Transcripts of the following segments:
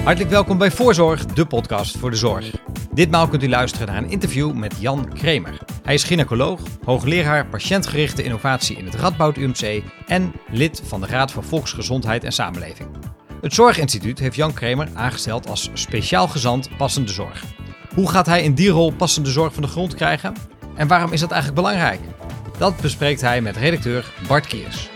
Hartelijk welkom bij Voorzorg, de podcast voor de zorg. Ditmaal kunt u luisteren naar een interview met Jan Kremer. Hij is gynaecoloog, hoogleraar patiëntgerichte innovatie in het Radboud UMC en lid van de Raad voor Volksgezondheid en Samenleving. Het Zorginstituut heeft Jan Kremer aangesteld als speciaal gezant passende zorg. Hoe gaat hij in die rol passende zorg van de grond krijgen? En waarom is dat eigenlijk belangrijk? Dat bespreekt hij met redacteur Bart Kiers.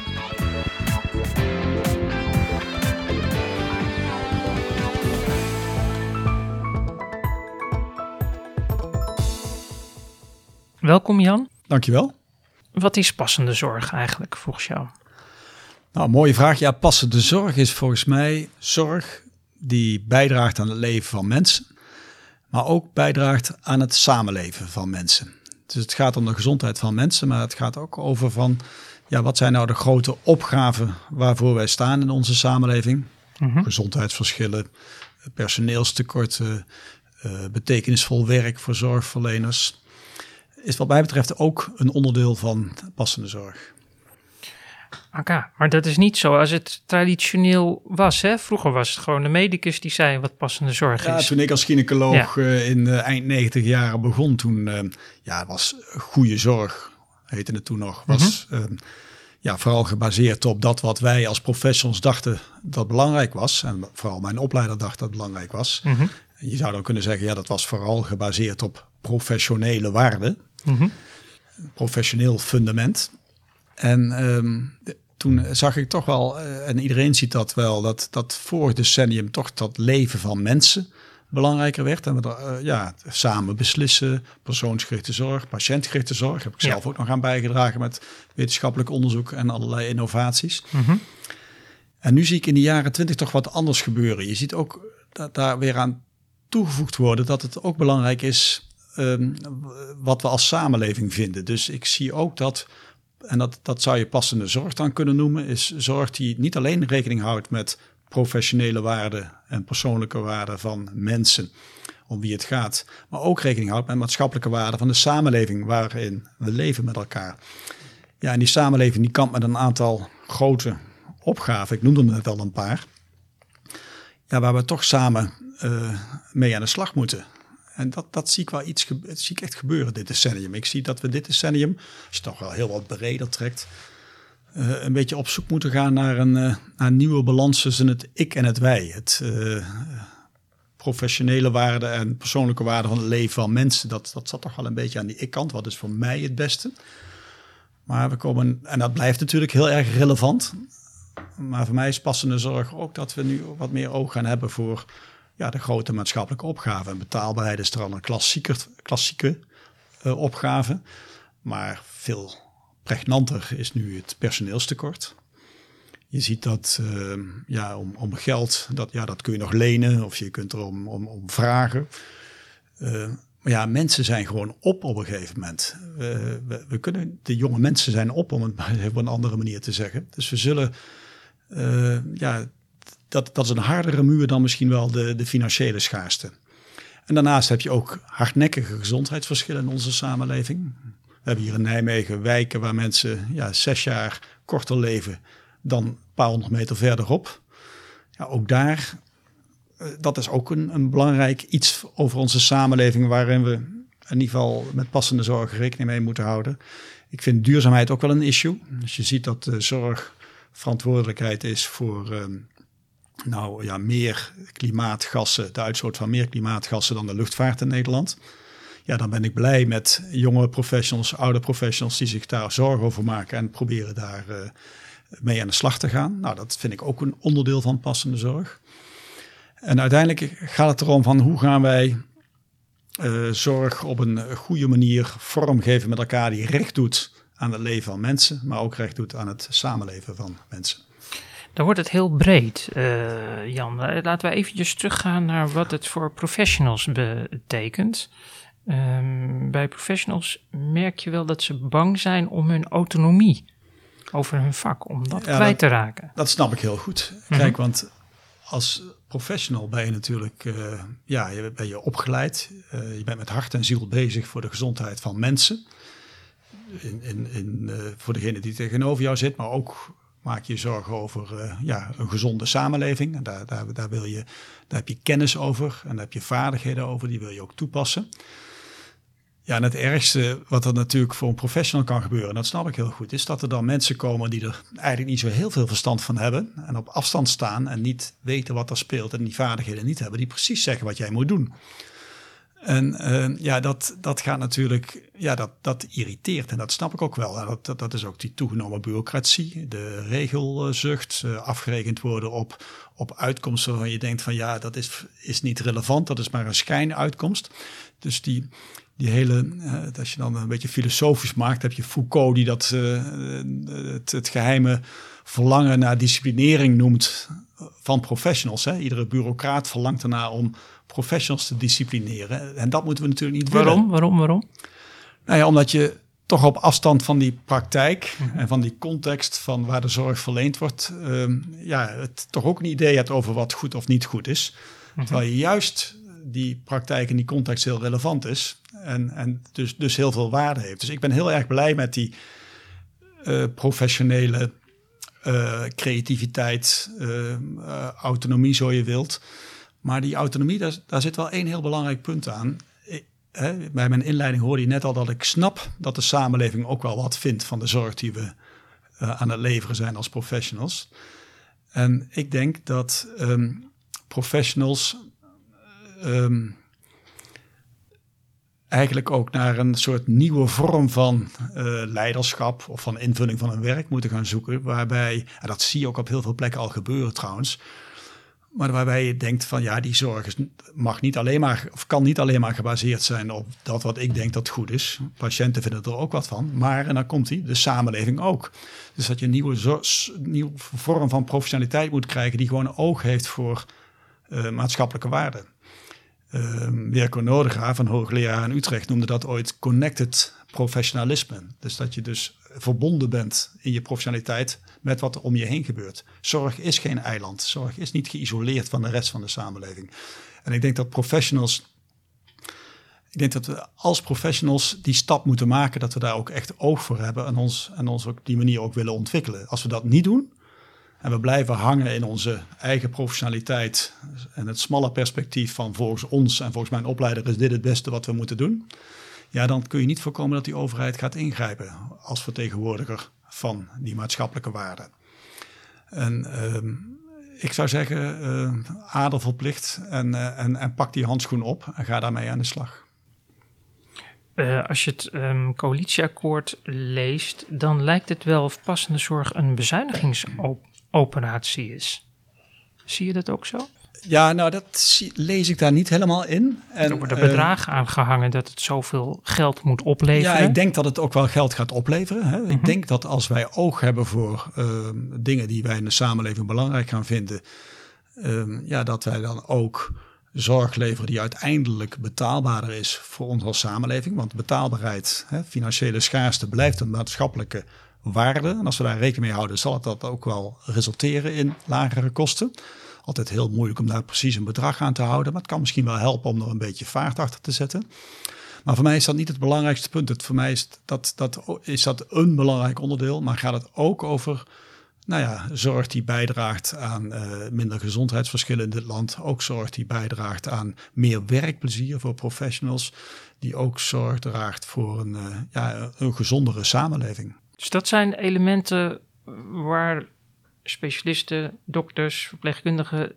Welkom Jan. Dankjewel. Wat is passende zorg eigenlijk volgens jou? Nou, mooie vraag. Ja, passende zorg is volgens mij zorg die bijdraagt aan het leven van mensen, maar ook bijdraagt aan het samenleven van mensen. Dus het gaat om de gezondheid van mensen, maar het gaat ook over van, ja, wat zijn nou de grote opgaven waarvoor wij staan in onze samenleving? Gezondheidsverschillen, personeelstekorten, betekenisvol werk voor zorgverleners. Is wat mij betreft ook een onderdeel van passende zorg. Oké, maar dat is niet zo als het traditioneel was, hè? Vroeger was het gewoon de medicus die zei wat passende zorg is. Ja, toen ik als gynaecoloog in eind 90 jaren begon, toen was goede zorg, heette het toen nog, was vooral gebaseerd op dat wat wij als professionals dachten dat belangrijk was. En vooral mijn opleider dacht dat belangrijk was. En je zou dan kunnen zeggen, ja, dat was vooral gebaseerd op professionele waarden. Professioneel fundament. En toen zag ik toch wel, en iedereen ziet dat wel, dat vorig decennium toch dat leven van mensen belangrijker werd. En we samen beslissen, persoonsgerichte zorg, patiëntgerichte zorg. Heb ik zelf ook nog aan bijgedragen met wetenschappelijk onderzoek en allerlei innovaties. En nu zie ik in de jaren 20 toch wat anders gebeuren. Je ziet ook dat daar weer aan toegevoegd worden dat het ook belangrijk is wat we als samenleving vinden. Dus ik zie ook dat, en dat zou je passende zorg dan kunnen noemen, is zorg die niet alleen rekening houdt met professionele waarden en persoonlijke waarden van mensen, om wie het gaat, maar ook rekening houdt met maatschappelijke waarden van de samenleving waarin we leven met elkaar. Ja, en die samenleving die kampt met een aantal grote opgaven. Ik noemde er net al een paar. Ja, waar we toch samen mee aan de slag moeten. En dat zie ik wel zie ik echt gebeuren dit decennium. Ik zie dat we dit decennium, als je het toch wel heel wat breder trekt, een beetje op zoek moeten gaan naar een nieuwe balans tussen het ik en het wij. Het professionele waarden en persoonlijke waarden van het leven van mensen. Dat zat toch wel een beetje aan die ik-kant. Wat is voor mij het beste? Maar en dat blijft natuurlijk heel erg relevant. Maar voor mij is passende zorg ook dat we nu wat meer oog gaan hebben voor de grote maatschappelijke opgaven. En betaalbaarheid is er al een klassieke opgave. Maar veel pregnanter is nu het personeelstekort. Je ziet dat om geld, dat kun je nog lenen of je kunt er om vragen. Maar mensen zijn gewoon op een gegeven moment. De jonge mensen zijn op, om het maar op een andere manier te zeggen. Dus we zullen, dat is een hardere muur dan misschien wel de financiële schaarste. En daarnaast heb je ook hardnekkige gezondheidsverschillen in onze samenleving. We hebben hier in Nijmegen wijken waar mensen 6 jaar korter leven dan een paar honderd meter verderop. Ja, ook daar, dat is ook een belangrijk iets over onze samenleving waarin we in ieder geval met passende zorg rekening mee moeten houden. Ik vind duurzaamheid ook wel een issue. Dus je ziet dat de zorg verantwoordelijkheid is voor meer klimaatgassen, de uitstoot van meer klimaatgassen dan de luchtvaart in Nederland. Ja, dan ben ik blij met jonge professionals, oude professionals die zich daar zorgen over maken en proberen daar mee aan de slag te gaan. Nou, dat vind ik ook een onderdeel van passende zorg. En uiteindelijk gaat het erom van hoe gaan wij zorg op een goede manier vormgeven met elkaar die recht doet aan het leven van mensen, maar ook recht doet aan het samenleven van mensen. Dan wordt het heel breed, Jan. Laten we eventjes teruggaan naar wat het voor professionals betekent. Bij professionals merk je wel dat ze bang zijn om hun autonomie over hun vak, om dat kwijt te raken. Dat snap ik heel goed. Kijk, want als professional ben je natuurlijk ben je opgeleid. Je bent met hart en ziel bezig voor de gezondheid van mensen. Voor degene die tegenover jou zit, maar ook maak je zorgen over een gezonde samenleving. En daar heb je kennis over en daar heb je vaardigheden over, die wil je ook toepassen. Ja, en het ergste wat er natuurlijk voor een professional kan gebeuren, en dat snap ik heel goed, is dat er dan mensen komen die er eigenlijk niet zo heel veel verstand van hebben en op afstand staan en niet weten wat er speelt en die vaardigheden niet hebben, die precies zeggen wat jij moet doen. En dat gaat natuurlijk, dat irriteert en dat snap ik ook wel. Dat is ook die toegenomen bureaucratie, de regelzucht, afgerekend worden op uitkomsten waarvan je denkt van dat is niet relevant, dat is maar een schijnuitkomst. Dus die hele, als je dan een beetje filosofisch maakt, heb je Foucault die dat het geheime verlangen naar disciplinering noemt van professionals. Hè? Iedere bureaucraat verlangt ernaar om professionals te disciplineren. En dat moeten we natuurlijk niet willen. Waarom? Nou ja, omdat je toch op afstand van die praktijk en van die context van waar de zorg verleend wordt, het toch ook een idee hebt over wat goed of niet goed is. Terwijl je juist die praktijk en die context heel relevant is en dus heel veel waarde heeft. Dus ik ben heel erg blij met die professionele creativiteit, autonomie zo je wilt. Maar die autonomie, daar zit wel één heel belangrijk punt aan. Bij mijn inleiding hoorde je net al dat ik snap dat de samenleving ook wel wat vindt van de zorg die we aan het leveren zijn als professionals. En ik denk dat professionals eigenlijk ook naar een soort nieuwe vorm van leiderschap of van invulling van hun werk moeten gaan zoeken. Waarbij, en dat zie je ook op heel veel plekken al gebeuren trouwens, maar waarbij je denkt van die zorg mag niet alleen maar of kan niet alleen maar gebaseerd zijn op dat wat ik denk dat goed is. Patiënten vinden er ook wat van, maar, en dan komt de samenleving ook. Dus dat je een nieuwe vorm van professionaliteit moet krijgen die gewoon een oog heeft voor maatschappelijke waarden. Mirko Noordegraaf, een hoogleraar in Utrecht, noemde dat ooit connected professionalisme. Dus dat je dus verbonden bent in je professionaliteit met wat er om je heen gebeurt. Zorg is geen eiland. Zorg is niet geïsoleerd van de rest van de samenleving. En ik denk dat we als professionals die stap moeten maken, dat we daar ook echt oog voor hebben en ons op die manier ook willen ontwikkelen. Als we dat niet doen en we blijven hangen in onze eigen professionaliteit en het smalle perspectief van volgens ons en volgens mijn opleider is dit het beste wat we moeten doen, dan kun je niet voorkomen dat die overheid gaat ingrijpen als vertegenwoordiger van die maatschappelijke waarden. En ik zou zeggen, adel verplicht en pak die handschoen op en ga daarmee aan de slag. Als je het coalitieakkoord leest, dan lijkt het wel of passende zorg een bezuinigingsoperatie is. Zie je dat ook zo? Ja, nou dat lees ik daar niet helemaal in. En, er worden bedragen aangehangen dat het zoveel geld moet opleveren. Ja, ik denk dat het ook wel geld gaat opleveren. Hè. Ik denk dat als wij oog hebben voor dingen die wij in de samenleving belangrijk gaan vinden, dat wij dan ook zorg leveren die uiteindelijk betaalbaarder is voor ons als samenleving. Want betaalbaarheid, financiële schaarste blijft een maatschappelijke waarde. En als we daar rekening mee houden, zal het dat ook wel resulteren in lagere kosten. Altijd heel moeilijk om daar precies een bedrag aan te houden. Maar het kan misschien wel helpen om er een beetje vaart achter te zetten. Maar voor mij is dat niet het belangrijkste punt. Voor mij is dat een belangrijk onderdeel. Maar gaat het ook over zorg die bijdraagt aan minder gezondheidsverschillen in dit land. Ook zorg die bijdraagt aan meer werkplezier voor professionals. Die ook zorg draagt voor een gezondere samenleving. Dus dat zijn elementen waar specialisten, dokters, verpleegkundigen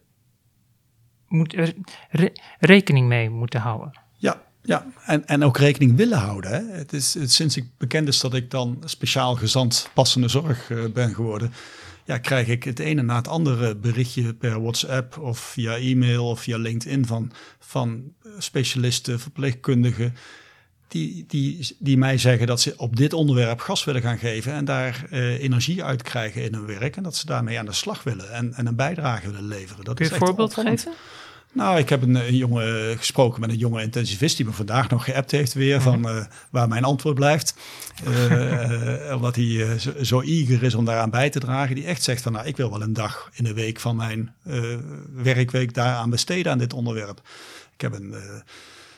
rekening mee moeten houden. Ja, en ook rekening willen houden. Hè. Het is sinds ik bekend is dat ik dan speciaal gezant passende zorg ben geworden, krijg ik het ene na het andere berichtje per WhatsApp of via e-mail of via LinkedIn van specialisten, verpleegkundigen, die mij zeggen dat ze op dit onderwerp gas willen gaan geven en daar energie uit krijgen in hun werk en dat ze daarmee aan de slag willen en een bijdrage willen leveren. Kun je een voorbeeld geven? Nou, ik heb een jongen gesproken met een jonge intensivist die me vandaag nog geappt heeft weer van waar mijn antwoord blijft. Omdat hij zo eager is om daaraan bij te dragen. Die echt zegt van ik wil wel een dag in de week van mijn werkweek daaraan besteden aan dit onderwerp. Ik heb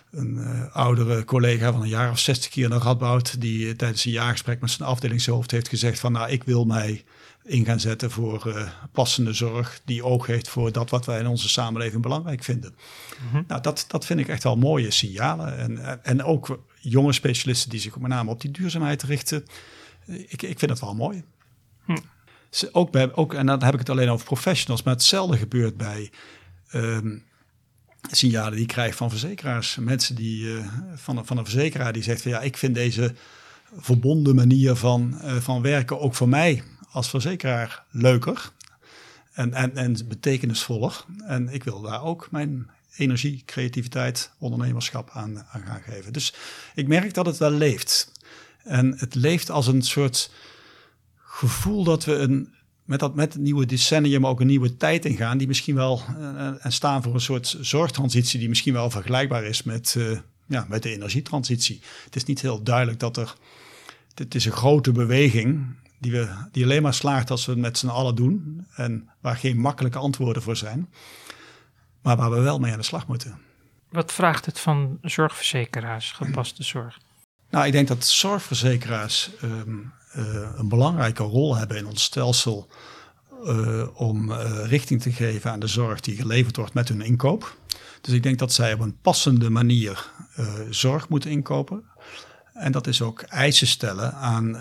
oudere collega van een jaar of 60 hier naar Radboud, die tijdens een jaargesprek met zijn afdelingshoofd heeft gezegd van nou, ik wil mij in gaan zetten voor passende zorg die oog heeft voor dat wat wij in onze samenleving belangrijk vinden. Mm-hmm. Nou, dat vind ik echt wel mooie signalen. En ook jonge specialisten die zich met name op die duurzaamheid richten. Ik vind het wel mooi. Ook, en dan heb ik het alleen over professionals, maar hetzelfde gebeurt bij signalen die ik krijg van verzekeraars. Mensen die van een verzekeraar die zegt van ja, ik vind deze verbonden manier van werken ook voor mij als verzekeraar leuker en betekenisvoller. En ik wil daar ook mijn energie, creativiteit, ondernemerschap aan gaan geven. Dus ik merk dat het wel leeft. En het leeft als een soort gevoel dat we met het nieuwe decennium ook een nieuwe tijd ingaan, die misschien wel en staan voor een soort zorgtransitie die misschien wel vergelijkbaar is met de energietransitie. Het is niet heel duidelijk het is een grote beweging die alleen maar slaagt als we het met z'n allen doen en waar geen makkelijke antwoorden voor zijn, maar waar we wel mee aan de slag moeten. Wat vraagt het van zorgverzekeraars, gepaste zorg? Nou, ik denk dat zorgverzekeraars een belangrijke rol hebben in ons stelsel om richting te geven aan de zorg die geleverd wordt met hun inkoop. Dus ik denk dat zij op een passende manier zorg moeten inkopen. En dat is ook eisen stellen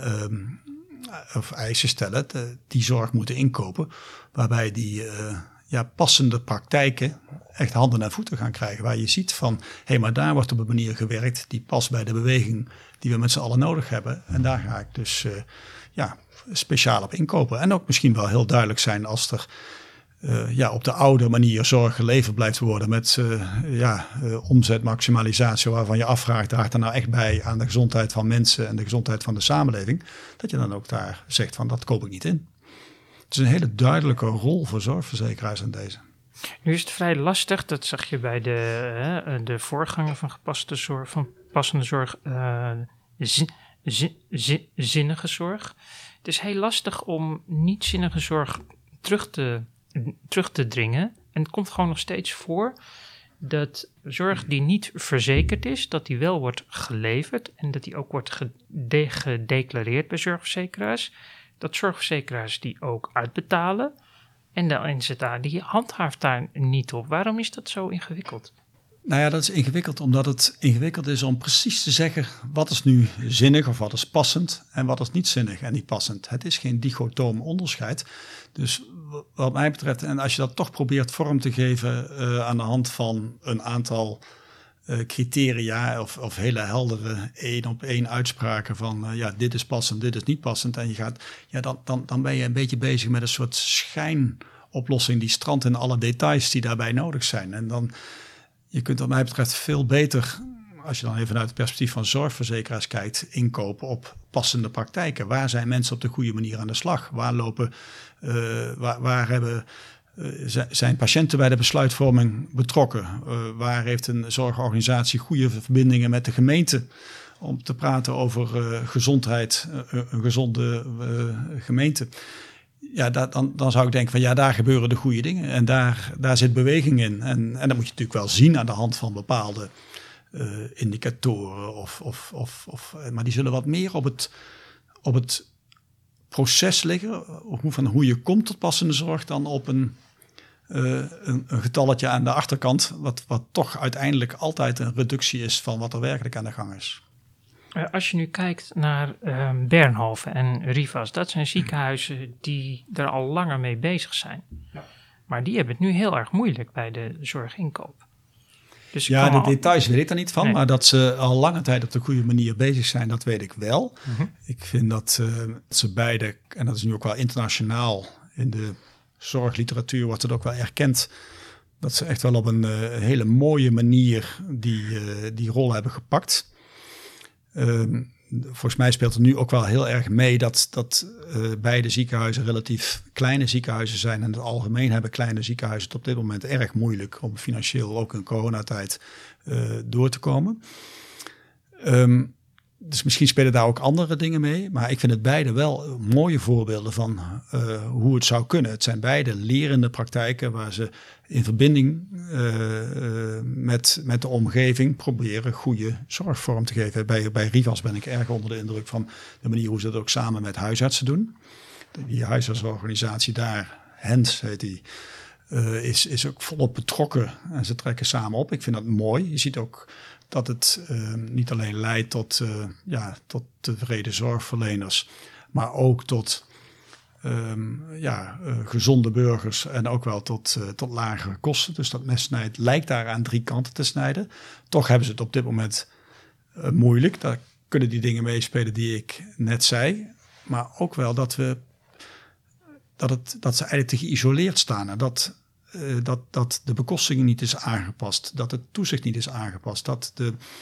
die zorg moeten inkopen, waarbij die passende praktijken echt handen en voeten gaan krijgen. Waar je ziet van, maar daar wordt op een manier gewerkt die past bij de beweging die we met z'n allen nodig hebben. En daar ga ik dus speciaal op inkopen. En ook misschien wel heel duidelijk zijn als er op de oude manier zorg geleverd blijft worden met omzetmaximalisatie waarvan je afvraagt, draagt er nou echt bij aan de gezondheid van mensen en de gezondheid van de samenleving, dat je dan ook daar zegt van dat koop ik niet in. Het is een hele duidelijke rol voor zorgverzekeraars in deze. Nu is het vrij lastig, dat zag je bij de voorganger van passende zorg, zinnige zorg. Het is heel lastig om niet-zinnige zorg terug te dringen. En het komt gewoon nog steeds voor dat zorg die niet verzekerd is, dat die wel wordt geleverd en dat die ook wordt gedeclareerd bij zorgverzekeraars. Dat zorgverzekeraars die ook uitbetalen en de NZA die handhaaft daar niet op. Waarom is dat zo ingewikkeld? Nou ja, dat is ingewikkeld omdat het ingewikkeld is om precies te zeggen wat is nu zinnig of wat is passend en wat is niet zinnig en niet passend. Het is geen dichotoom onderscheid. Dus wat mij betreft, en als je dat toch probeert vorm te geven aan de hand van een aantal criteria of hele heldere 1-op-1 uitspraken van dit is passend, dit is niet passend. En je gaat, dan ben je een beetje bezig met een soort schijnoplossing die strandt in alle details die daarbij nodig zijn. En dan, je kunt wat mij betreft veel beter, als je dan even vanuit het perspectief van zorgverzekeraars kijkt, inkopen op passende praktijken. Waar zijn mensen op de goede manier aan de slag? Waar zijn patiënten bij de besluitvorming betrokken? Waar heeft een zorgorganisatie goede verbindingen met de gemeente om te praten over gezondheid, een gezonde gemeente? Ja, dan zou ik denken van daar gebeuren de goede dingen en daar zit beweging in. En dat moet je natuurlijk wel zien aan de hand van bepaalde indicatoren maar die zullen wat meer op het proces liggen, van hoe je komt tot passende zorg, dan op een getalletje aan de achterkant, wat toch uiteindelijk altijd een reductie is van wat er werkelijk aan de gang is. Als je nu kijkt naar Bernhoven en Rivas, dat zijn ziekenhuizen die er al langer mee bezig zijn. Ja. Maar die hebben het nu heel erg moeilijk bij de zorginkoop. Dus de details weet ik daar niet van, nee. Maar dat ze al lange tijd op de goede manier bezig zijn, dat weet ik wel. Mm-hmm. Ik vind dat ze beide, en dat is nu ook wel internationaal, in de zorgliteratuur wordt het ook wel erkend, dat ze echt wel op een hele mooie manier die rol hebben gepakt. Volgens mij speelt er nu ook wel heel erg mee dat beide ziekenhuizen relatief kleine ziekenhuizen zijn. En in het algemeen hebben kleine ziekenhuizen het op dit moment erg moeilijk om financieel ook in coronatijd door te komen. Dus misschien spelen daar ook andere dingen mee. Maar ik vind het beide wel mooie voorbeelden van hoe het zou kunnen. Het zijn beide lerende praktijken waar ze in verbinding met de omgeving proberen goede zorg vorm te geven. Bij Rivas ben ik erg onder de indruk van de manier hoe ze dat ook samen met huisartsen doen. Die huisartsorganisatie daar, HENS heet die, is ook volop betrokken en ze trekken samen op. Ik vind dat mooi. Je ziet ook dat het niet alleen leidt tot tevreden zorgverleners, maar ook tot gezonde burgers en ook wel tot lagere kosten. Dus dat mes lijkt daar aan 3 kanten te snijden. Toch hebben ze het op dit moment moeilijk. Daar kunnen die dingen meespelen die ik net zei. Maar ook wel dat ze eigenlijk te geïsoleerd staan. En dat de bekostiging niet is aangepast. Dat het toezicht niet is aangepast. Dat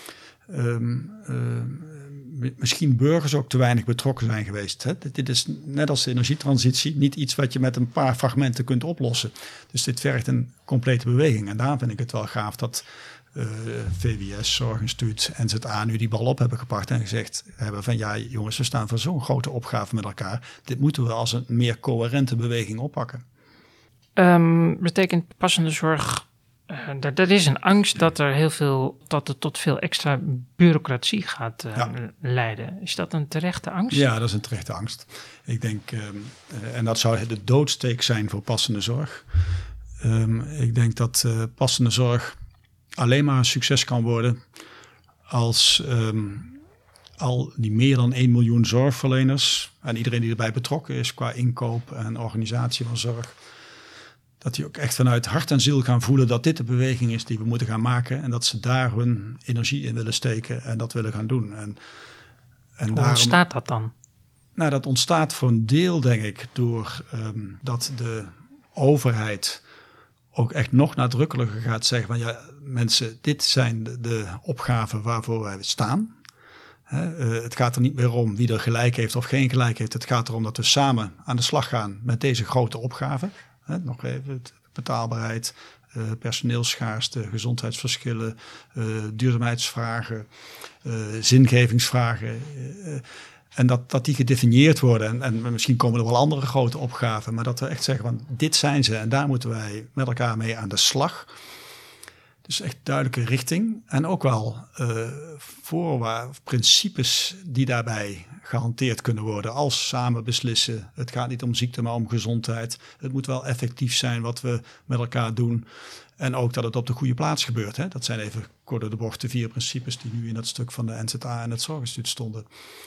misschien burgers ook te weinig betrokken zijn geweest. Hè? Dit is net als de energietransitie niet iets wat je met een paar fragmenten kunt oplossen. Dus dit vergt een complete beweging. En daar vind ik het wel gaaf dat VWS, Zorginstituut, NZA nu die bal op hebben gepakt en gezegd hebben van ja jongens, we staan voor zo'n grote opgave met elkaar. Dit moeten we als een meer coherente beweging oppakken. Betekent passende zorg, er is een angst dat het tot veel extra bureaucratie gaat leiden. Is dat een terechte angst? Ja, dat is een terechte angst. Ik denk, en dat zou de doodsteek zijn voor passende zorg. Ik denk dat passende zorg alleen maar een succes kan worden als al die meer dan 1 miljoen zorgverleners en iedereen die erbij betrokken is qua inkoop en organisatie van zorg, dat die ook echt vanuit hart en ziel gaan voelen dat dit de beweging is die we moeten gaan maken en dat ze daar hun energie in willen steken en dat willen gaan doen. Hoe ontstaat dat dan? Nou, dat ontstaat voor een deel, denk ik, door dat de overheid ook echt nog nadrukkelijker gaat zeggen van ja, mensen, dit zijn de opgaven waarvoor wij staan. Het gaat er niet meer om wie er gelijk heeft of geen gelijk heeft. Het gaat erom dat we samen aan de slag gaan met deze grote opgaven. Nog even, betaalbaarheid, personeelsschaarste, gezondheidsverschillen, duurzaamheidsvragen, zingevingsvragen. En dat die gedefinieerd worden. En misschien komen er wel andere grote opgaven. Maar dat we echt zeggen van dit zijn ze. En daar moeten wij met elkaar mee aan de slag. Dus echt duidelijke richting. En ook wel principes die daarbij gehanteerd kunnen worden. Als samen beslissen. Het gaat niet om ziekte, maar om gezondheid. Het moet wel effectief zijn wat we met elkaar doen. En ook dat het op de goede plaats gebeurt. Hè? Dat zijn even kort door de bocht de 4 principes die nu in dat stuk van de NZA en het Zorginstituut stonden.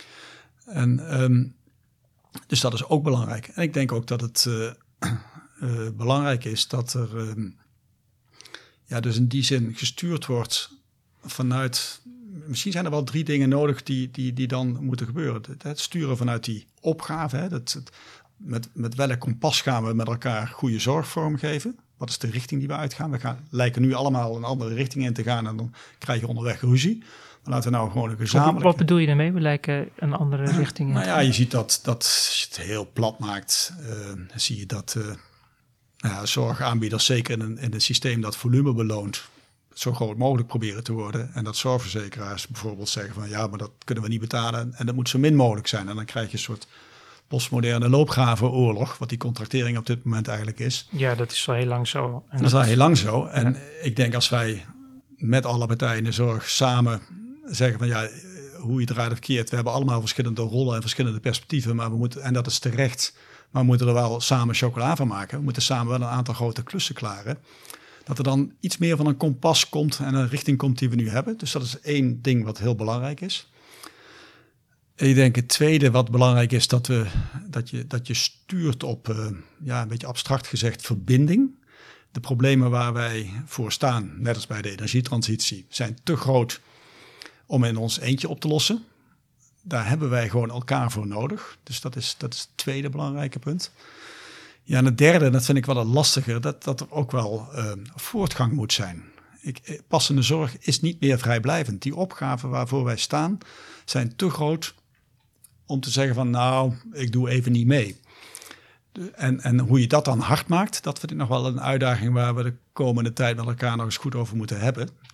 En dus dat is ook belangrijk. En ik denk ook dat het belangrijk is dat er dus in die zin gestuurd wordt vanuit. Misschien zijn er wel 3 dingen nodig die dan moeten gebeuren. Het sturen vanuit die opgave. Hè, met welk kompas gaan we met elkaar goede zorg vormgeven? Wat is de richting die we uitgaan? We lijken nu allemaal een andere richting in te gaan en dan krijg je onderweg ruzie. Maar laten we nou gewoon een gezamenlijk. Wat bedoel je daarmee? We lijken een andere richting in. Nou ja, je ziet dat als je het heel plat maakt, zie je dat zorgaanbieders zeker in een systeem dat volume beloont, zo groot mogelijk proberen te worden. En dat zorgverzekeraars bijvoorbeeld zeggen van ja, maar dat kunnen we niet betalen en dat moet zo min mogelijk zijn. En dan krijg je een soort postmoderne loopgravenoorlog, wat die contractering op dit moment eigenlijk is. Ja, dat is al heel lang zo. Dat is al heel lang zo. En ik denk als wij met alle partijen in de zorg samen zeggen van ja, hoe je het draait of keert, we hebben allemaal verschillende rollen en verschillende perspectieven, maar we moeten, en dat is terecht, maar we moeten er wel samen chocola van maken. We moeten samen wel een aantal grote klussen klaren. Dat er dan iets meer van een kompas komt en een richting komt die we nu hebben. Dus dat is 1 ding wat heel belangrijk is. Ik denk het tweede wat belangrijk is, dat je stuurt op, een beetje abstract gezegd, verbinding. De problemen waar wij voor staan, net als bij de energietransitie, zijn te groot om in ons eentje op te lossen. Daar hebben wij gewoon elkaar voor nodig. Dus dat is het tweede belangrijke punt. Ja, en het derde, dat vind ik wel het lastiger, dat er ook wel voortgang moet zijn. Passende zorg is niet meer vrijblijvend. Die opgaven waarvoor wij staan zijn te groot om te zeggen van nou, ik doe even niet mee. En hoe je dat dan hard maakt, dat vind ik nog wel een uitdaging waar we de komende tijd met elkaar nog eens goed over moeten hebben.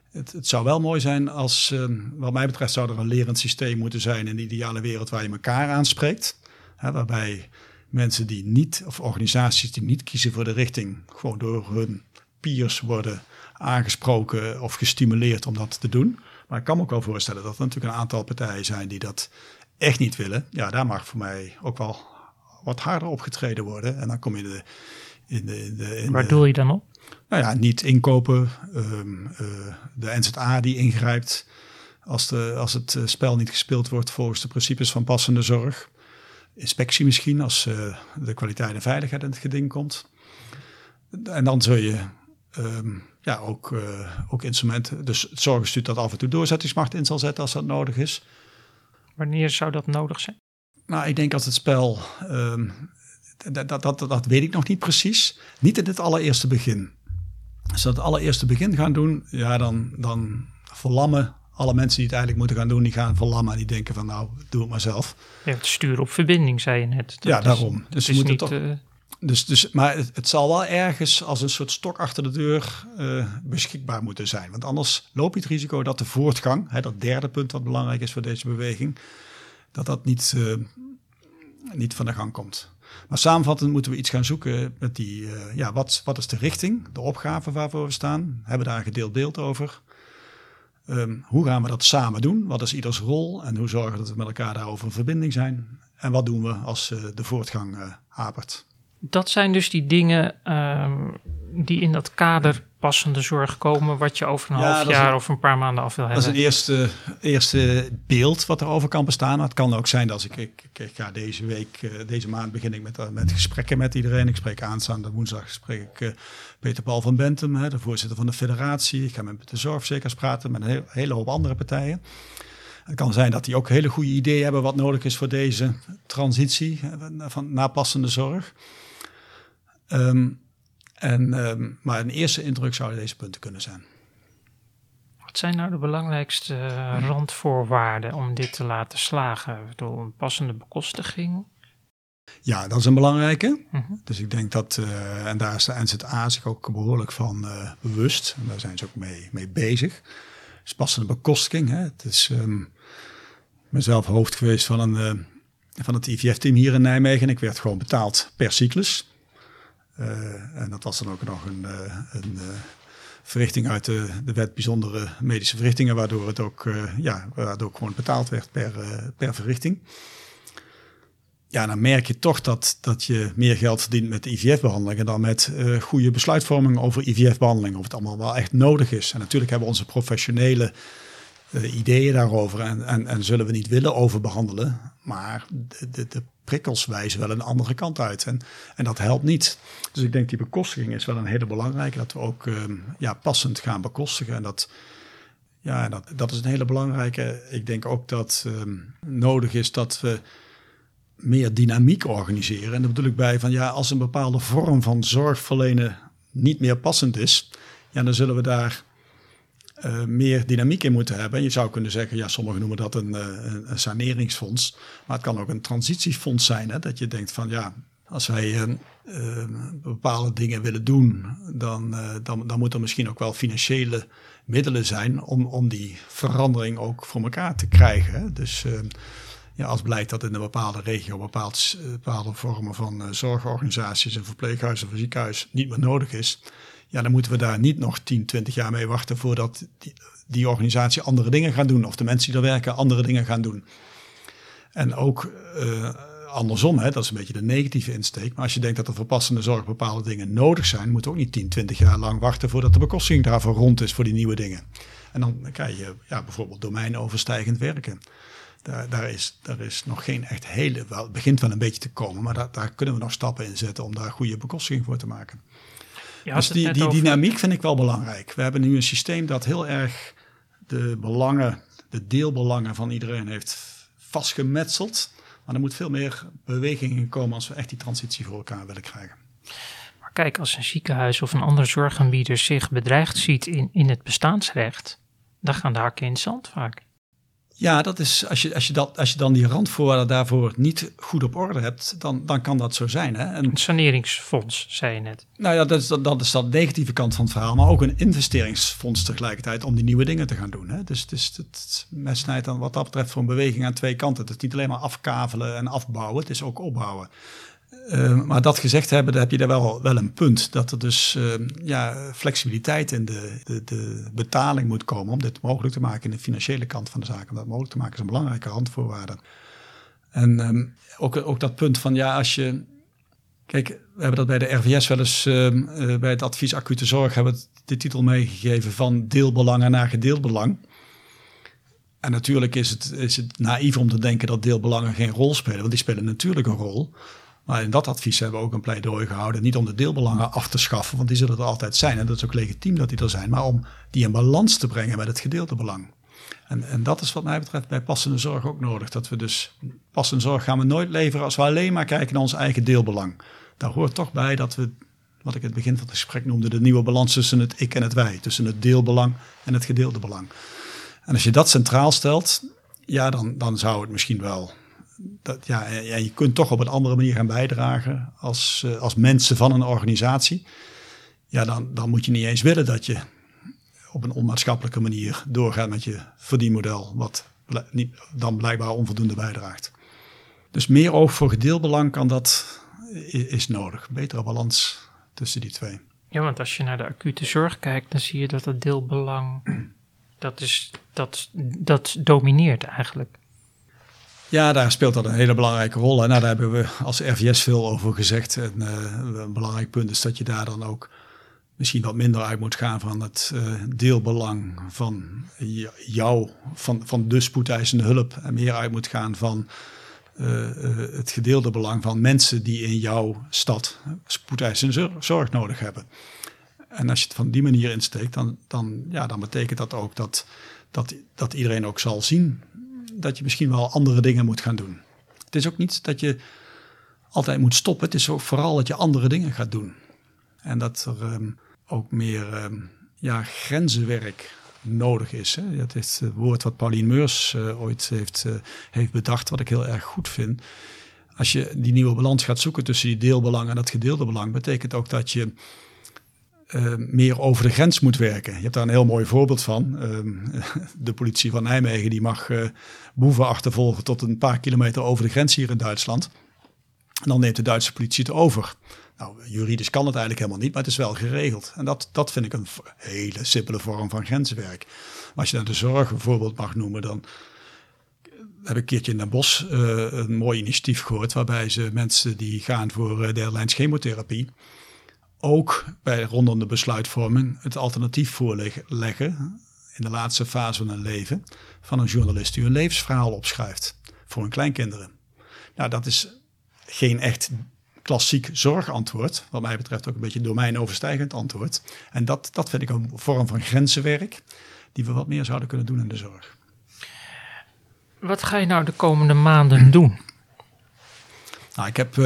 Het zou wel mooi zijn als, wat mij betreft, zou er een lerend systeem moeten zijn in de ideale wereld waar je elkaar aanspreekt. Waarbij mensen die niet, of organisaties die niet kiezen voor de richting, gewoon door hun peers worden aangesproken of gestimuleerd om dat te doen. Maar ik kan me ook wel voorstellen dat er natuurlijk een aantal partijen zijn die dat echt niet willen. Ja, daar mag voor mij ook wel wat harder opgetreden worden. En dan kom je Waar doe je dan op? Nou ja, niet inkopen. De NZA die ingrijpt als het spel niet gespeeld wordt volgens de principes van passende zorg. Inspectie misschien als de kwaliteit en veiligheid in het geding komt. En dan zul je ook instrumenten, dus het zorginstituut dat af en toe doorzettingsmacht in zal zetten als dat nodig is. Wanneer zou dat nodig zijn? Nou, ik denk als het spel, dat weet ik nog niet precies. Niet in het allereerste begin. Als ze het allereerste begin gaan doen, ja, dan verlammen alle mensen die het eigenlijk moeten gaan doen, die gaan verlammen en die denken van nou, doe het maar zelf. Ja, het sturen op verbinding, zei je net. Daarom. Dus je moet toch. Maar het zal wel ergens als een soort stok achter de deur beschikbaar moeten zijn. Want anders loop je het risico dat de voortgang, dat derde punt wat belangrijk is voor deze beweging, dat niet van de gang komt. Maar samenvattend moeten we iets gaan zoeken met die, wat is de richting, de opgave waarvoor we staan? Hebben we daar een gedeeld beeld over? Hoe gaan we dat samen doen? Wat is ieders rol? En hoe zorgen we dat we met elkaar daarover in verbinding zijn? En wat doen we als de voortgang hapert? Dat zijn dus die dingen die in dat kader passende zorg komen, wat je over een half jaar of een paar maanden af wil hebben. Dat is een eerste beeld wat erover kan bestaan. Maar het kan ook zijn dat ik ga deze maand begin ik met gesprekken met iedereen. Ik spreek aanstaande woensdag Peter Paul van Bentum, de voorzitter van de federatie. Ik ga met de zorgverzekeraars praten, met een hele hoop andere partijen. Het kan zijn dat die ook hele goede ideeën hebben wat nodig is voor deze transitie naar passende zorg. Maar een eerste indruk zouden deze punten kunnen zijn. Wat zijn nou de belangrijkste randvoorwaarden om dit te laten slagen? Door een passende bekostiging? Ja, dat is een belangrijke. Mm-hmm. Dus ik denk dat, en daar is de NZA zich ook behoorlijk van bewust. En daar zijn ze ook mee bezig. Dus passende bekostiging. Het is mezelf hoofd geweest van het IVF-team hier in Nijmegen. En ik werd gewoon betaald per cyclus. En dat was dan ook nog een verrichting uit de wet bijzondere medische verrichtingen, waardoor het ook gewoon betaald werd per verrichting. Ja, dan merk je toch dat je meer geld verdient met de IVF-behandelingen dan met goede besluitvorming over IVF-behandelingen. Of het allemaal wel echt nodig is. En natuurlijk hebben we onze professionele ideeën daarover en zullen we niet willen overbehandelen. Maar de prikkels wijzen wel een andere kant uit. En dat helpt niet. Dus ik denk die bekostiging is wel een hele belangrijke. Dat we ook passend gaan bekostigen. En dat is een hele belangrijke. Ik denk ook dat nodig is dat we meer dynamiek organiseren. En daar bedoel ik bij van als een bepaalde vorm van zorgverlenen niet meer passend is, dan zullen we daar meer dynamiek in moeten hebben. En je zou kunnen zeggen, sommigen noemen dat een saneringsfonds. Maar het kan ook een transitiefonds zijn. Hè? Dat je denkt van als wij bepaalde dingen willen doen, dan moet er misschien ook wel financiële middelen zijn om die verandering ook voor elkaar te krijgen. Hè? Dus als blijkt dat in een bepaalde regio bepaalde vormen van zorgorganisaties en verpleeghuizen of ziekenhuis niet meer nodig is, dan moeten we daar niet nog 10, 20 jaar mee wachten voordat die organisatie andere dingen gaat doen. Of de mensen die er werken andere dingen gaan doen. En ook andersom, dat is een beetje de negatieve insteek. Maar als je denkt dat er voor passende zorg bepaalde dingen nodig zijn, moet je ook niet 10, 20 jaar lang wachten voordat de bekostiging daarvoor rond is voor die nieuwe dingen. En dan krijg je bijvoorbeeld domeinoverstijgend werken. Daar is nog geen echt het begint wel een beetje te komen, maar daar kunnen we nog stappen in zetten om daar goede bekostiging voor te maken. Dus die dynamiek vind ik wel belangrijk. We hebben nu een systeem dat heel erg de deelbelangen van iedereen heeft vastgemetseld. Maar er moet veel meer beweging in komen als we echt die transitie voor elkaar willen krijgen. Maar kijk, als een ziekenhuis of een andere zorgaanbieder zich bedreigd ziet in het bestaansrecht, dan gaan de hakken in het zand vaak. Ja, dat is, als je dan die randvoorwaarden daarvoor niet goed op orde hebt, dan kan dat zo zijn. Hè? Een saneringsfonds, zei je net. Nou ja, dat is de negatieve kant van het verhaal, maar ook een investeringsfonds tegelijkertijd om die nieuwe dingen te gaan doen. Hè? Dus het mes snijdt dan wat dat betreft voor een beweging aan twee kanten. Het is niet alleen maar afkavelen en afbouwen, het is ook opbouwen. Maar dat gezegd hebben, dan heb je daar wel een punt. Dat er dus flexibiliteit in de betaling moet komen om dit mogelijk te maken in de financiële kant van de zaak. Om dat mogelijk te maken is een belangrijke randvoorwaarde. En ook dat punt van als je... Kijk, we hebben dat bij de RVS wel eens, bij het advies acute zorg, hebben we de titel meegegeven van deelbelangen naar gedeeld belang. En natuurlijk is het naïef om te denken dat deelbelangen geen rol spelen, want die spelen natuurlijk een rol. Maar in dat advies hebben we ook een pleidooi gehouden, niet om de deelbelangen af te schaffen, want die zullen er altijd zijn. En dat is ook legitiem dat die er zijn, maar om die in balans te brengen met het gedeelde belang. En dat is wat mij betreft bij passende zorg ook nodig. Dat we dus, passende zorg gaan we nooit leveren als we alleen maar kijken naar ons eigen deelbelang. Daar hoort toch bij dat we, wat ik in het begin van het gesprek noemde, de nieuwe balans tussen het ik en het wij. Tussen het deelbelang en het gedeelde belang. En als je dat centraal stelt, dan zou het misschien wel... je kunt toch op een andere manier gaan bijdragen als mensen van een organisatie. Ja, dan moet je niet eens willen dat je op een onmaatschappelijke manier doorgaat met je verdienmodel, wat dan blijkbaar onvoldoende bijdraagt. Dus meer oog voor gedeelbelang is nodig. Betere balans tussen die twee. Ja, want als je naar de acute zorg kijkt, dan zie je dat het deelbelang, dat domineert eigenlijk. Ja, daar speelt dat een hele belangrijke rol. En daar hebben we als RVS veel over gezegd. En een belangrijk punt is dat je daar dan ook misschien wat minder uit moet gaan van het deelbelang van jou, van de spoedeisende hulp. En meer uit moet gaan van het gedeelde belang van mensen die in jouw stad spoedeisende zorg nodig hebben. En als je het van die manier insteekt, dan betekent dat ook dat iedereen ook zal zien dat je misschien wel andere dingen moet gaan doen. Het is ook niet dat je altijd moet stoppen. Het is ook vooral dat je andere dingen gaat doen. En dat er ook meer grenzenwerk nodig is. Hè. Dat is het woord wat Pauline Meurs ooit heeft bedacht, wat ik heel erg goed vind. Als je die nieuwe balans gaat zoeken tussen die deelbelang en dat gedeelde belang, betekent ook dat je meer over de grens moet werken. Je hebt daar een heel mooi voorbeeld van. De politie van Nijmegen die mag boeven achtervolgen tot een paar kilometer over de grens hier in Duitsland. En dan neemt de Duitse politie het over. Nou, juridisch kan het eigenlijk helemaal niet, maar het is wel geregeld. En dat vind ik een hele simpele vorm van grenswerk. Maar als je dan de zorg bijvoorbeeld mag noemen, dan heb ik een keertje in Den Bosch een mooi initiatief gehoord, waarbij ze mensen die gaan voor derde lijns chemotherapie ook rondom de besluitvorming het alternatief voorleggen in de laatste fase van hun leven van een journalist die hun levensverhaal opschrijft voor hun kleinkinderen. Nou, dat is geen echt klassiek zorgantwoord, wat mij betreft ook een beetje domeinoverstijgend antwoord. En dat vind ik een vorm van grenzenwerk die we wat meer zouden kunnen doen in de zorg. Wat ga je nou de komende maanden doen? Nou, ik heb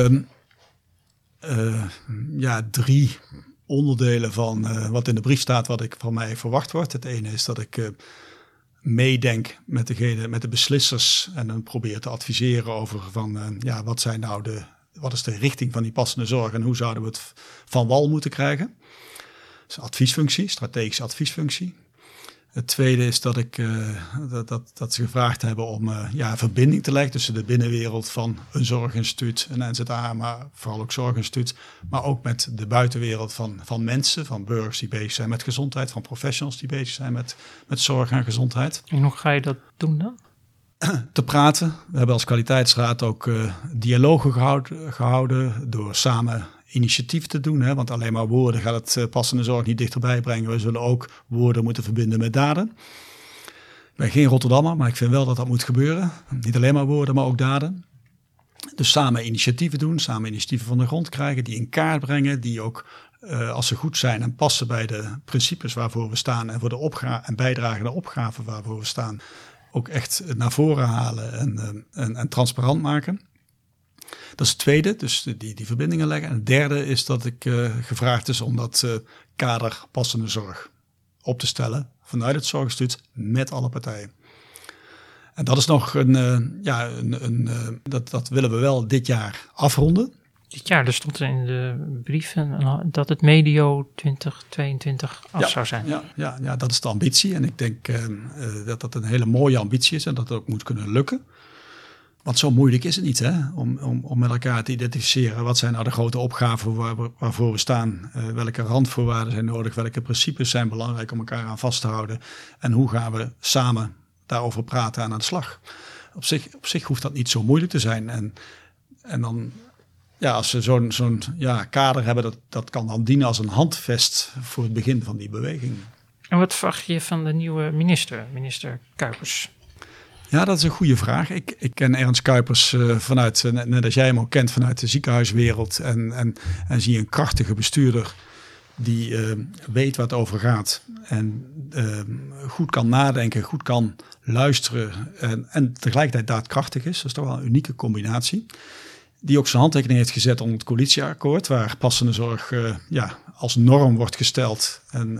3 onderdelen van wat in de brief staat, wat ik van mij verwacht wordt. Het ene is dat ik meedenk met de beslissers en dan probeer te adviseren over van wat is de richting van die passende zorg en hoe zouden we het van wal moeten krijgen. Dat is een adviesfunctie, strategische adviesfunctie. Het tweede is dat dat ze gevraagd hebben om verbinding te leggen tussen de binnenwereld van een zorginstituut, een NZA, maar vooral ook zorginstituut, maar ook met de buitenwereld van mensen, van burgers die bezig zijn met gezondheid, van professionals die bezig zijn met zorg en gezondheid. En hoe ga je dat doen dan? Te praten. We hebben als kwaliteitsraad ook dialogen gehouden door samen initiatief te doen. Hè? Want alleen maar woorden gaat het passende zorg niet dichterbij brengen. We zullen ook woorden moeten verbinden met daden. Ik ben geen Rotterdammer, maar ik vind wel dat dat moet gebeuren. Niet alleen maar woorden, maar ook daden. Dus samen initiatieven doen, samen initiatieven van de grond krijgen, die in kaart brengen, die ook als ze goed zijn en passen bij de principes waarvoor we staan en voor de en bijdragen aan de opgaven waarvoor we staan, ook echt naar voren halen en transparant maken. Dat is het tweede, dus die verbindingen leggen. En het derde is dat ik gevraagd is om dat kader passende zorg op te stellen vanuit het zorginstituut met alle partijen. En dat is nog dat willen we wel dit jaar afronden. Dit jaar, er stond in de brieven dat het medio 2022 af zou zijn. Ja, dat is de ambitie. En ik denk dat dat een hele mooie ambitie is en dat het ook moet kunnen lukken. Want zo moeilijk is het niet, hè? Om met elkaar te identificeren. Wat zijn nou de grote opgaven waarvoor we staan? Welke randvoorwaarden zijn nodig? Welke principes zijn belangrijk om elkaar aan vast te houden? En hoe gaan we samen daarover praten en aan de slag? Op zich hoeft dat niet zo moeilijk te zijn. En dan, als we zo'n kader hebben, dat kan dan dienen als een handvest voor het begin van die beweging. En wat verwacht je van de nieuwe minister Kuipers? Ja, dat is een goede vraag. Ik ken Ernst Kuipers vanuit, net als jij hem ook kent, vanuit de ziekenhuiswereld. En zie een krachtige bestuurder die weet waar het over gaat. En goed kan nadenken, goed kan luisteren. En tegelijkertijd daadkrachtig is. Dat is toch wel een unieke combinatie. Die ook zijn handtekening heeft gezet onder het coalitieakkoord. Waar passende zorg als norm wordt gesteld.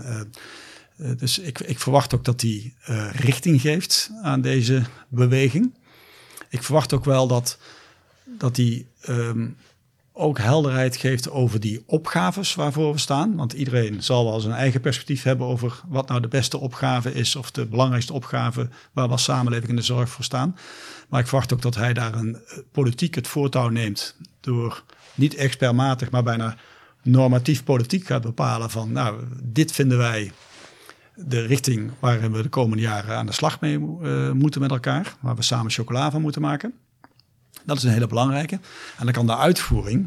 Dus ik verwacht ook dat hij richting geeft aan deze beweging. Ik verwacht ook wel dat hij ook helderheid geeft over die opgaves waarvoor we staan. Want iedereen zal wel zijn eigen perspectief hebben over wat nou de beste opgave is of de belangrijkste opgave waar we als samenleving in de zorg voor staan. Maar ik verwacht ook dat hij daar een politiek het voortouw neemt door niet expertmatig, maar bijna normatief politiek gaat bepalen van dit vinden wij de richting waarin we de komende jaren aan de slag mee moeten met elkaar. Waar we samen chocola van moeten maken. Dat is een hele belangrijke. En dan kan de uitvoering,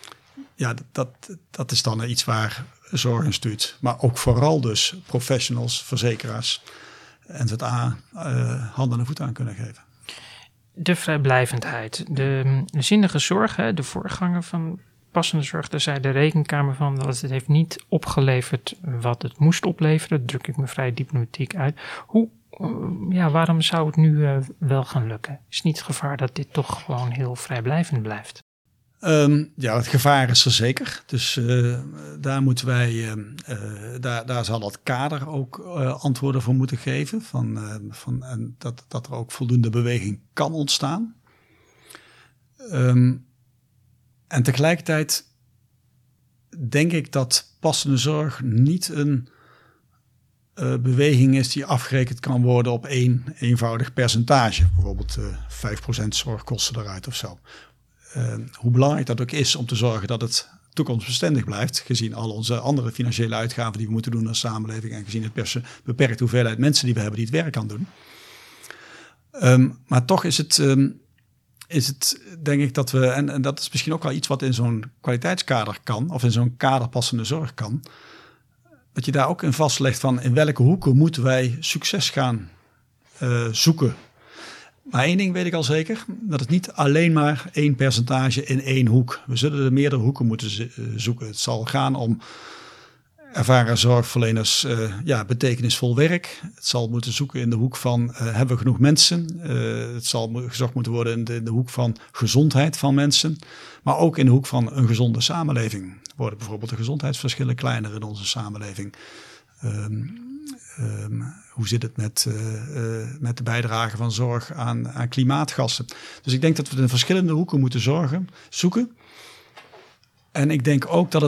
dat is dan iets waar zorginstituut, maar ook vooral dus professionals, verzekeraars, NZA handen en voeten aan kunnen geven. De vrijblijvendheid, de zinnige zorg, de voorganger van passende zorg, daar zei de Rekenkamer van dat het heeft niet opgeleverd wat het moest opleveren. Dat druk ik me vrij diplomatiek uit. Waarom zou het nu wel gaan lukken? Is niet het gevaar dat dit toch gewoon heel vrijblijvend blijft? Het gevaar is er zeker. Dus daar moeten wij, daar zal dat kader ook antwoorden voor moeten geven. En dat er ook voldoende beweging kan ontstaan. En tegelijkertijd denk ik dat passende zorg niet een beweging is die afgerekend kan worden op één eenvoudig percentage. Bijvoorbeeld 5% zorgkosten eruit of zo. Hoe belangrijk dat ook is om te zorgen dat het toekomstbestendig blijft, gezien al onze andere financiële uitgaven die we moeten doen als samenleving en gezien het beperkte hoeveelheid mensen die we hebben die het werk kan doen. Maar toch is het denk ik dat we, en dat is misschien ook wel iets wat in zo'n kwaliteitskader kan, of in zo'n kaderpassende zorg kan, dat je daar ook in vastlegt van in welke hoeken moeten wij succes gaan zoeken. Maar één ding weet ik al zeker, dat het niet alleen maar één percentage in één hoek. We zullen er meerdere hoeken moeten zoeken. Het zal gaan om ervaren zorgverleners betekenisvol werk. Het zal moeten zoeken in de hoek van hebben we genoeg mensen. Het zal gezocht moeten worden in de hoek van gezondheid van mensen. Maar ook in de hoek van een gezonde samenleving. Worden bijvoorbeeld de gezondheidsverschillen kleiner in onze samenleving. Hoe zit het met de bijdrage van zorg aan klimaatgassen? Dus ik denk dat we in verschillende hoeken moeten zoeken. En ik denk ook dat het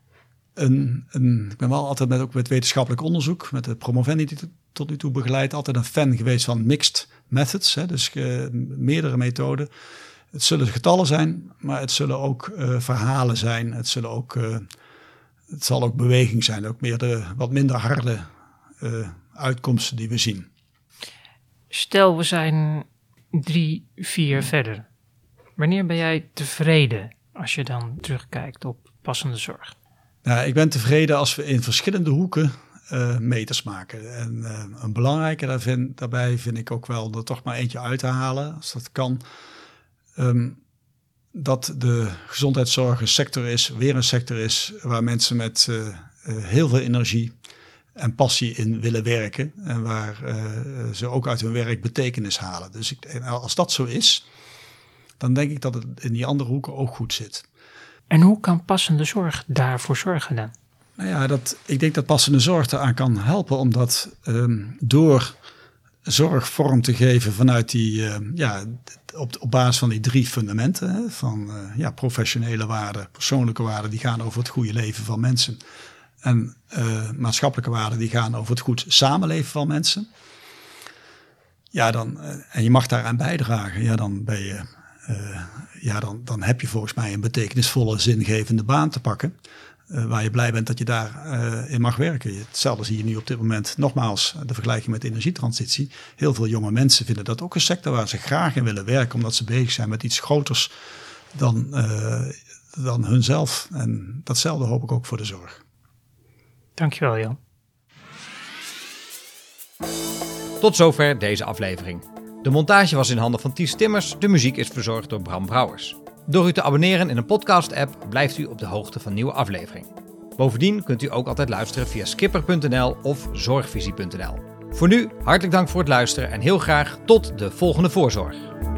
ik ben wel altijd ook met wetenschappelijk onderzoek, met de promovendi die ik tot nu toe begeleid, altijd een fan geweest van mixed methods. Dus meerdere methoden. Het zullen getallen zijn, maar het zullen ook verhalen zijn. Het zal ook beweging zijn, ook meer de wat minder harde uitkomsten die we zien. Stel, we zijn 3-4 verder. Wanneer ben jij tevreden als je dan terugkijkt op passende zorg? Nou, ik ben tevreden als we in verschillende hoeken meters maken. En een belangrijke daarbij vind ik ook wel er toch maar eentje uit te halen, als dat kan. Dat de gezondheidszorg weer een sector is waar mensen met heel veel energie en passie in willen werken. En waar ze ook uit hun werk betekenis halen. Dus als dat zo is, dan denk ik dat het in die andere hoeken ook goed zit. En hoe kan passende zorg daarvoor zorgen dan? Nou ja, ik denk dat passende zorg eraan kan helpen, omdat door zorg vorm te geven vanuit die, op basis van die 3 fundamenten. Hè, van professionele waarden, persoonlijke waarden die gaan over het goede leven van mensen. En maatschappelijke waarden die gaan over het goed samenleven van mensen. Ja, en je mag daaraan bijdragen. Ja, dan ben je, dan heb je volgens mij een betekenisvolle, zingevende baan te pakken. Waar je blij bent dat je daarin mag werken. Hetzelfde zie je nu op dit moment, nogmaals, de vergelijking met de energietransitie. Heel veel jonge mensen vinden dat ook een sector waar ze graag in willen werken, omdat ze bezig zijn met iets groters dan hunzelf. En datzelfde hoop ik ook voor de zorg. Dankjewel, Jan. Tot zover deze aflevering. De montage was in handen van Ties Timmers, de muziek is verzorgd door Bram Brouwers. Door u te abonneren in een podcast-app blijft u op de hoogte van nieuwe afleveringen. Bovendien kunt u ook altijd luisteren via skipper.nl of zorgvisie.nl. Voor nu, hartelijk dank voor het luisteren en heel graag tot de volgende voorzorg.